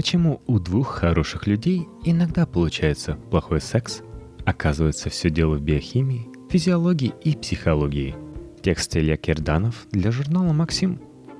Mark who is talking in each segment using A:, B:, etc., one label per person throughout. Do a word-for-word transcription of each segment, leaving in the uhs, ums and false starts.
A: Почему у двух хороших людей иногда получается плохой секс? Оказывается, все дело в биохимии, физиологии и психологии. Текст Илья Кирданов для журнала «Максим».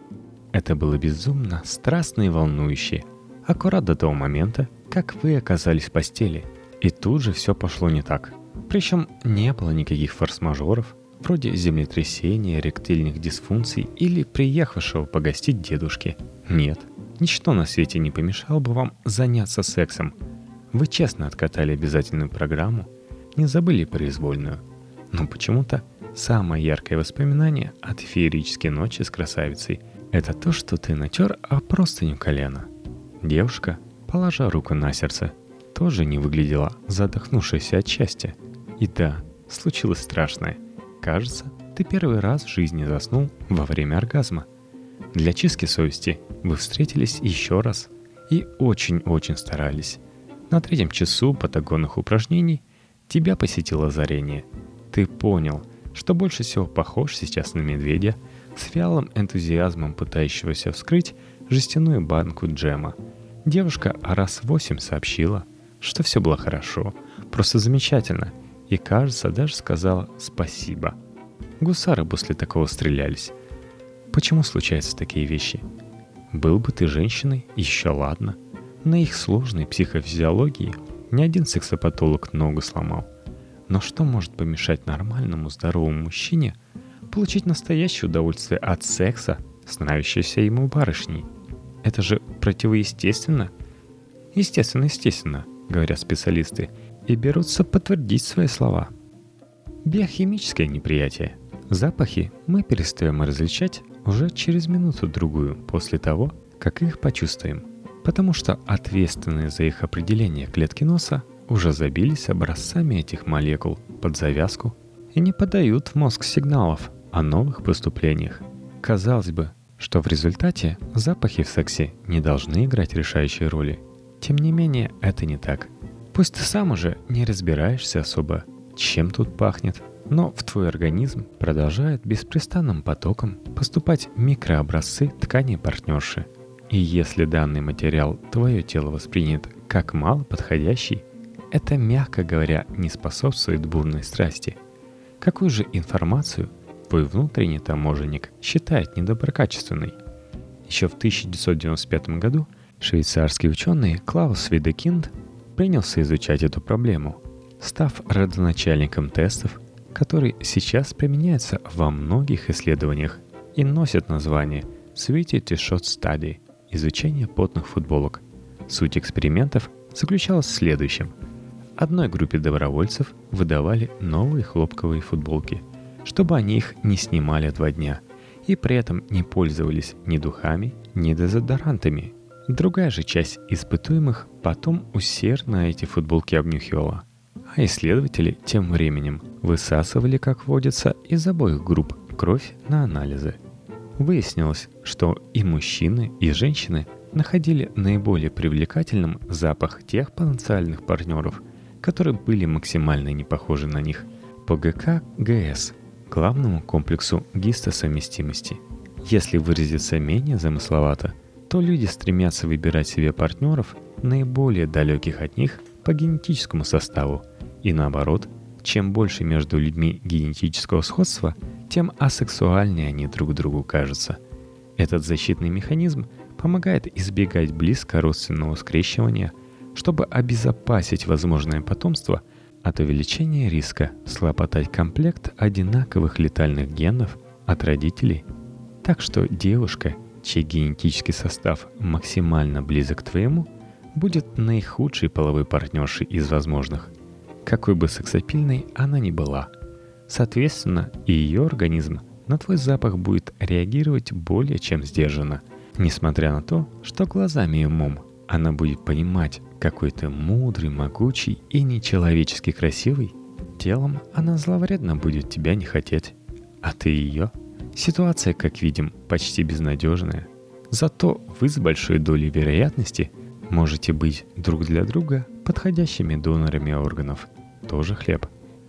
A: Это было безумно, страстно и волнующе. Аккурат до того момента, как вы оказались в постели. И тут же все пошло не так. Причем не было никаких форс-мажоров, вроде землетрясения, эректильных дисфункций или приехавшего погостить дедушки. Нет, ничто на свете не помешало бы вам заняться сексом. Вы честно откатали обязательную программу, не забыли произвольную. Но почему-то самое яркое воспоминание от феерической ночи с красавицей – это то, что ты натер о простыню колено. Девушка, положа руку на сердце, тоже не выглядела задохнувшейся от счастья. И да, случилось страшное. Кажется, ты первый раз в жизни заснул во время оргазма. Для чистки совести вы встретились еще раз и очень-очень старались. На третьем часу патагонных упражнений тебя посетило озарение. Ты понял, что больше всего похож сейчас на медведя, с вялым энтузиазмом пытающегося вскрыть жестяную банку джема. Девушка раз восемь сообщила, что все было хорошо, просто замечательно, и, кажется, даже сказала «спасибо». Гусары после такого стрелялись. Почему случаются такие вещи? Был бы ты женщиной, еще ладно. На их сложной психофизиологии ни один сексопатолог ногу сломал. Но что может помешать нормальному здоровому мужчине получить настоящее удовольствие от секса с нравящейся ему барышней? Это же противоестественно. Естественно, естественно, говорят специалисты, и берутся подтвердить свои слова. Биохимическое неприятие. Запахи мы перестаем различать уже через минуту-другую после того, как их почувствуем, потому что ответственные за их определение клетки носа уже забились образцами этих молекул под завязку и не подают в мозг сигналов о новых поступлениях. Казалось бы, что в результате запахи в сексе не должны играть решающей роли. Тем не менее, это не так. Пусть ты сам уже не разбираешься особо, чем тут пахнет, но в твой организм продолжают беспрестанным потоком поступать микрообразцы тканей партнерши. И если данный материал твое тело воспринят как мало подходящий, это, мягко говоря, не способствует бурной страсти. Какую же информацию твой внутренний таможенник считает недоброкачественной? Еще в тысяча девятьсот девяносто пятом году швейцарский ученый Клаус Видекинд принялся изучать эту проблему, став родоначальником тестов, который сейчас применяется во многих исследованиях и носит название Sweaty T-Shot Study – изучение потных футболок. Суть экспериментов заключалась в следующем. Одной группе добровольцев выдавали новые хлопковые футболки, чтобы они их не снимали два дня и при этом не пользовались ни духами, ни дезодорантами. Другая же часть испытуемых потом усердно эти футболки обнюхивала. А исследователи тем временем высасывали, как водится, из обоих групп кровь на анализы. Выяснилось, что и мужчины, и женщины находили наиболее привлекательным запах тех потенциальных партнеров, которые были максимально не похожи на них, по ГК-ГС, главному комплексу гистосовместимости. Если выразиться менее замысловато, то люди стремятся выбирать себе партнеров, наиболее далеких от них по генетическому составу. И наоборот, чем больше между людьми генетического сходства, тем асексуальнее они друг другу кажутся. Этот защитный механизм помогает избегать близко родственного скрещивания, чтобы обезопасить возможное потомство от увеличения риска слопотать комплект одинаковых летальных генов от родителей. Так что девушка, чей генетический состав максимально близок к твоему, будет наихудшей половой партнершей из возможных, какой бы сексапильной она ни была. Соответственно, и ее организм на твой запах будет реагировать более чем сдержанно, несмотря на то, что глазами и умом она будет понимать, какой ты мудрый, могучий и нечеловечески красивый. Телом она зловредно будет тебя не хотеть, а ты ее. Ситуация, как видим, почти безнадежная. Зато вы с большой долей вероятности можете быть друг для друга подходящими донорами органов. Тоже хлеб.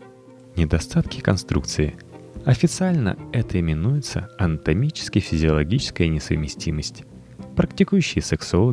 A: Недостатки конструкции. Официально это именуется анатомически-физиологическая несовместимость. Практикующие сексологи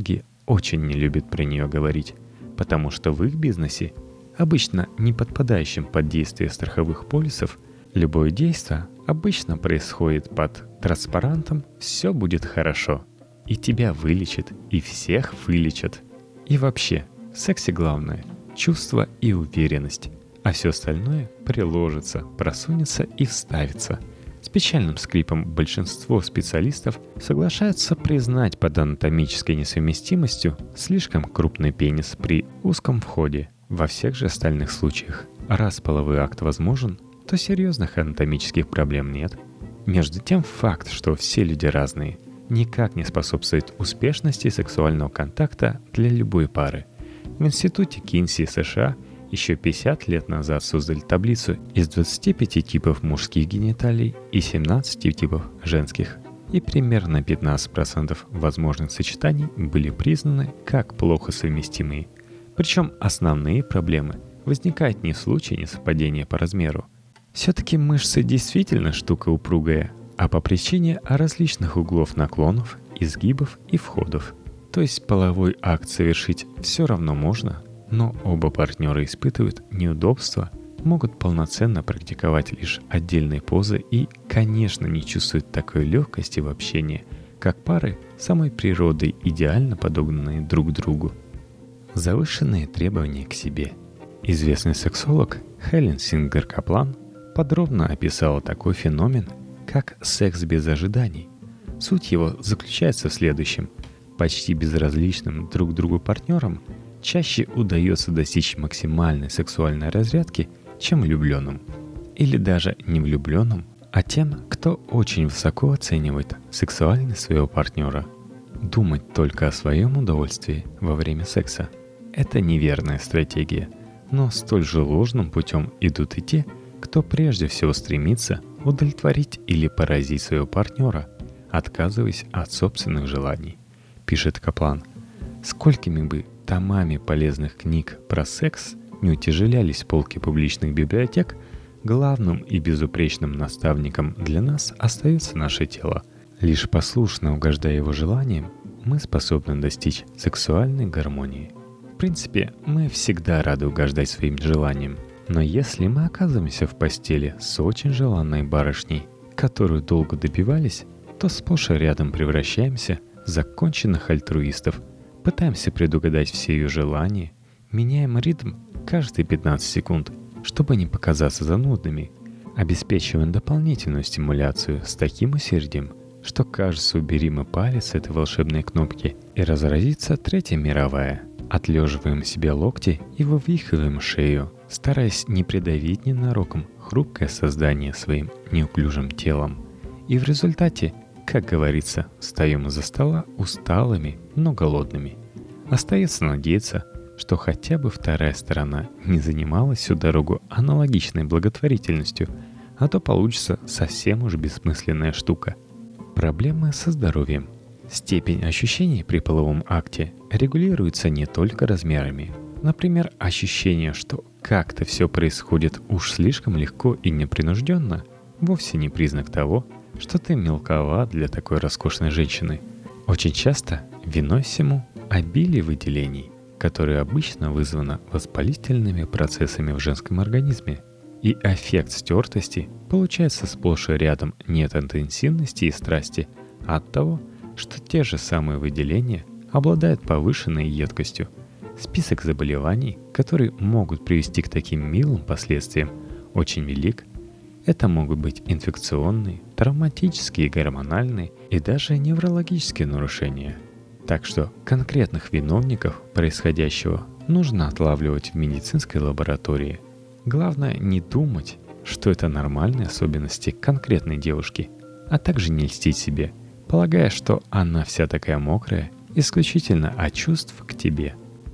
A: очень не любят про нее говорить, потому что в их бизнесе, обычно не подпадающем под действие страховых полисов, любое действие обычно происходит под транспарантом «все будет хорошо». И тебя вылечат, и всех вылечат. И вообще, в сексе главное – чувство и уверенность, а все остальное приложится, просунется и вставится. С печальным скрипом большинство специалистов соглашаются признать под анатомической несовместимостью слишком крупный пенис при узком входе. Во всех же остальных случаях, раз половой акт возможен, то серьезных анатомических проблем нет. Между тем, факт, что все люди разные, никак не способствует успешности сексуального контакта для любой пары. В институте Кинси США еще пятьдесят лет назад создали таблицу из двадцати пяти типов мужских гениталий и семнадцати типов женских, и примерно пятнадцать процентов возможных сочетаний были признаны как плохо совместимые. Причем основные проблемы возникают не в случае несовпадения по размеру. Все-таки мышцы действительно штука упругая, а по причине различных углов наклонов, изгибов и входов. То есть половой акт совершить все равно можно, но оба партнера испытывают неудобства, могут полноценно практиковать лишь отдельные позы и, конечно, не чувствуют такой легкости в общении, как пары самой природой идеально подогнанные друг к другу. Завышенные требования к себе. Известный сексолог Хелен Сингер Каплан подробно описала такой феномен, как секс без ожиданий. Суть его заключается в следующем. Почти безразличным друг другу партнерам чаще удается достичь максимальной сексуальной разрядки, чем влюбленным. Или даже не влюбленным, а тем, кто очень высоко оценивает сексуальность своего партнера. Думать только о своем удовольствии во время секса – это неверная стратегия, но столь же ложным путем идут и те, кто прежде всего стремится удовлетворить или поразить своего партнера, отказываясь от собственных желаний, пишет Каплан. Сколькими бы томами полезных книг про секс не утяжелялись полки публичных библиотек, главным и безупречным наставником для нас остается наше тело. Лишь послушно угождая его желаниям, мы способны достичь сексуальной гармонии. В принципе, мы всегда рады угождать своим желаниям. Но если мы оказываемся в постели с очень желанной барышней, которую долго добивались, то сплошь и рядом превращаемся в законченных альтруистов, пытаемся предугадать все ее желания, меняем ритм каждые пятнадцать секунд, чтобы не показаться занудными, обеспечиваем дополнительную стимуляцию с таким усердием, что, кажется, убери мы палец с этой волшебной кнопки, и разразится Третья мировая. Отлеживаем себе локти и вывихиваем шею, стараясь не придавить ненароком хрупкое создание своим неуклюжим телом. И в результате, как говорится, встаем из-за стола усталыми, но голодными. Остается надеяться, что хотя бы вторая сторона не занималась всю дорогу аналогичной благотворительностью, а то получится совсем уж бессмысленная штука. Проблемы со здоровьем. Степень ощущений при половом акте регулируется не только размерами. Например, ощущение, что как-то все происходит уж слишком легко и непринужденно, вовсе не признак того, что ты мелковат для такой роскошной женщины. Очень часто виной всему обилие выделений, которое обычно вызвано воспалительными процессами в женском организме. И эффект стертости получается сплошь и рядом не от интенсивности и страсти, а от того, что те же самые выделения обладают повышенной едкостью. Список заболеваний, которые могут привести к таким милым последствиям, очень велик. Это могут быть инфекционные, травматические, гормональные и даже неврологические нарушения. Так что конкретных виновников происходящего нужно отлавливать в медицинской лаборатории. Главное не думать, что это нормальные особенности конкретной девушки, а также не льстить себе, полагая, что она вся такая мокрая, исключительно от чувств к тебе.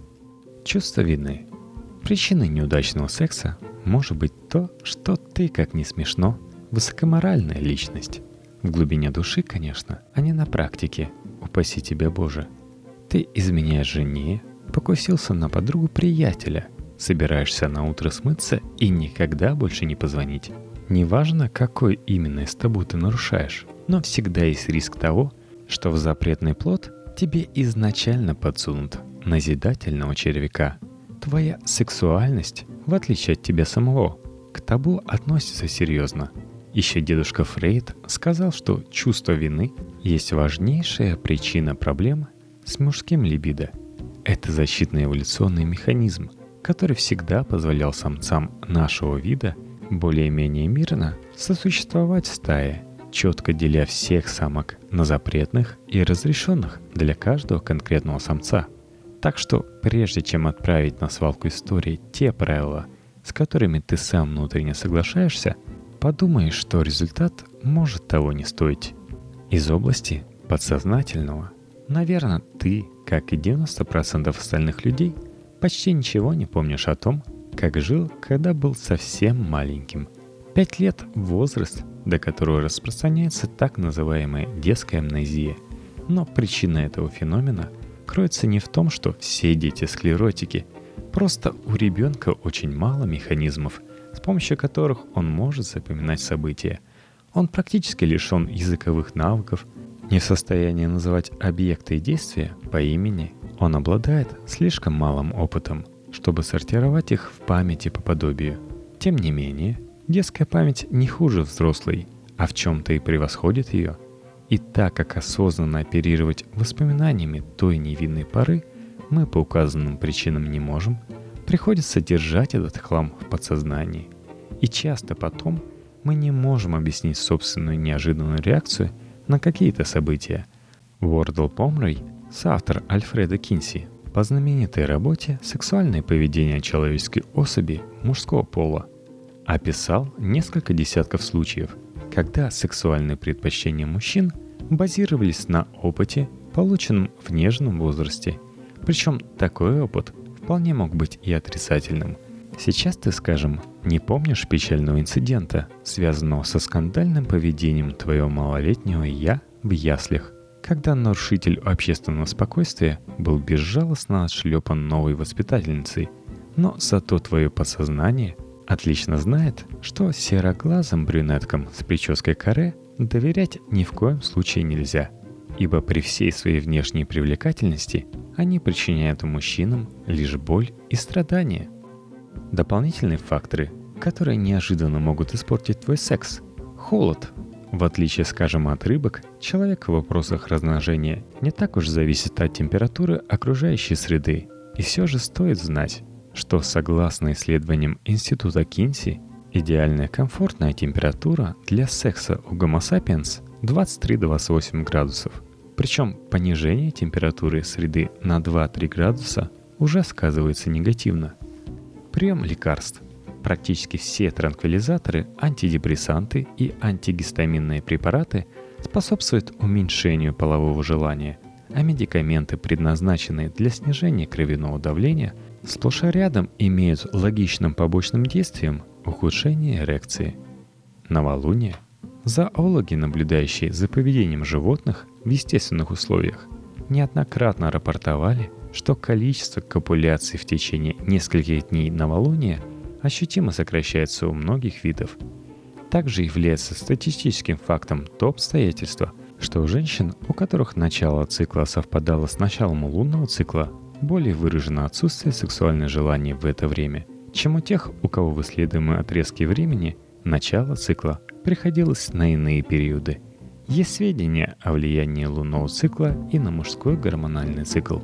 A: Чувство вины. Причиной неудачного секса может быть то, что ты, как ни смешно, высокоморальная личность. В глубине души, конечно, а не на практике, упаси тебя Боже. Ты изменяешь жене, покусился на подругу приятеля, собираешься на утро смыться и никогда больше не позвонить. Неважно, какой именно из табу ты нарушаешь, но всегда есть риск того, что в запретный плод тебе изначально подсунут назидательного червяка. Твоя сексуальность, в отличие от тебя самого, к табу относится серьезно. Еще дедушка Фрейд сказал, что чувство вины есть важнейшая причина проблемы с мужским либидо. Это защитный эволюционный механизм, который всегда позволял самцам нашего вида более-менее мирно сосуществовать в стае, четко деля всех самок на запретных и разрешенных для каждого конкретного самца. Так что, прежде чем отправить на свалку истории те правила, с которыми ты сам внутренне соглашаешься, подумай, что результат может того не стоить. Из области подсознательного, наверное, ты, как и девяносто процентов остальных людей, почти ничего не помнишь о том, как жил, когда был совсем маленьким. Пять лет – возраст, до которого распространяется так называемая детская амнезия. Но причина этого феномена кроется не в том, что все дети склеротики. Просто у ребенка очень мало механизмов, с помощью которых он может запоминать события. Он практически лишен языковых навыков, не в состоянии называть объекты и действия по имени. Он обладает слишком малым опытом, чтобы сортировать их в памяти по подобию. Тем не менее, детская память не хуже взрослой, а в чем-то и превосходит ее. И так как осознанно оперировать воспоминаниями той невинной поры мы по указанным причинам не можем, приходится держать этот хлам в подсознании. И часто потом мы не можем объяснить собственную неожиданную реакцию на какие-то события. Уордл Помрей, соавтор Альфреда Кинси, по знаменитой работе «Сексуальное поведение человеческой особи мужского пола», описал несколько десятков случаев, когда сексуальные предпочтения мужчин базировались на опыте, полученном в нежном возрасте. Причем такой опыт вполне мог быть и отрицательным. Сейчас ты, скажем, не помнишь печального инцидента, связанного со скандальным поведением твоего малолетнего «я» в яслях, когда нарушитель общественного спокойствия был безжалостно отшлепан новой воспитательницей. Но зато твое подсознание отлично знает, что сероглазым брюнеткам с прической каре доверять ни в коем случае нельзя, ибо при всей своей внешней привлекательности они причиняют мужчинам лишь боль и страдания. Дополнительные факторы, которые неожиданно могут испортить твой секс – холод. В отличие, скажем, от рыбок, человек в вопросах размножения не так уж зависит от температуры окружающей среды. И все же стоит знать, что согласно исследованиям Института Кинси, идеальная комфортная температура для секса у Homo sapiens двадцать три - двадцать восемь градусов. Причем понижение температуры среды на два-три градуса уже сказывается негативно. Прием лекарств. Практически все транквилизаторы, антидепрессанты и антигистаминные препараты способствуют уменьшению полового желания, а медикаменты, предназначенные для снижения кровяного давления, сплошь и рядом имеют логичным побочным действием ухудшение эрекции. Новолуние. Зоологи, наблюдающие за поведением животных в естественных условиях, неоднократно рапортовали, что количество копуляций в течение нескольких дней новолуния ощутимо сокращается у многих видов. Также является статистическим фактом то обстоятельство, что у женщин, у которых начало цикла совпадало с началом лунного цикла, более выражено отсутствие сексуальных желаний в это время, чем у тех, у кого в исследуемые отрезки времени начало цикла приходилось на иные периоды. Есть сведения о влиянии лунного цикла и на мужской гормональный цикл.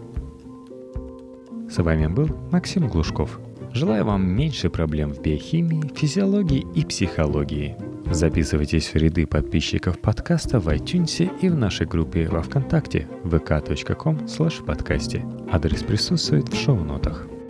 A: С вами был Максим Глушков. Желаю вам меньше проблем в биохимии, физиологии и психологии. Записывайтесь в ряды подписчиков подкаста в iTunes и в нашей группе во ВКонтакте вэ ка точка ком слэш подкасте. Адрес присутствует в шоу-нотах.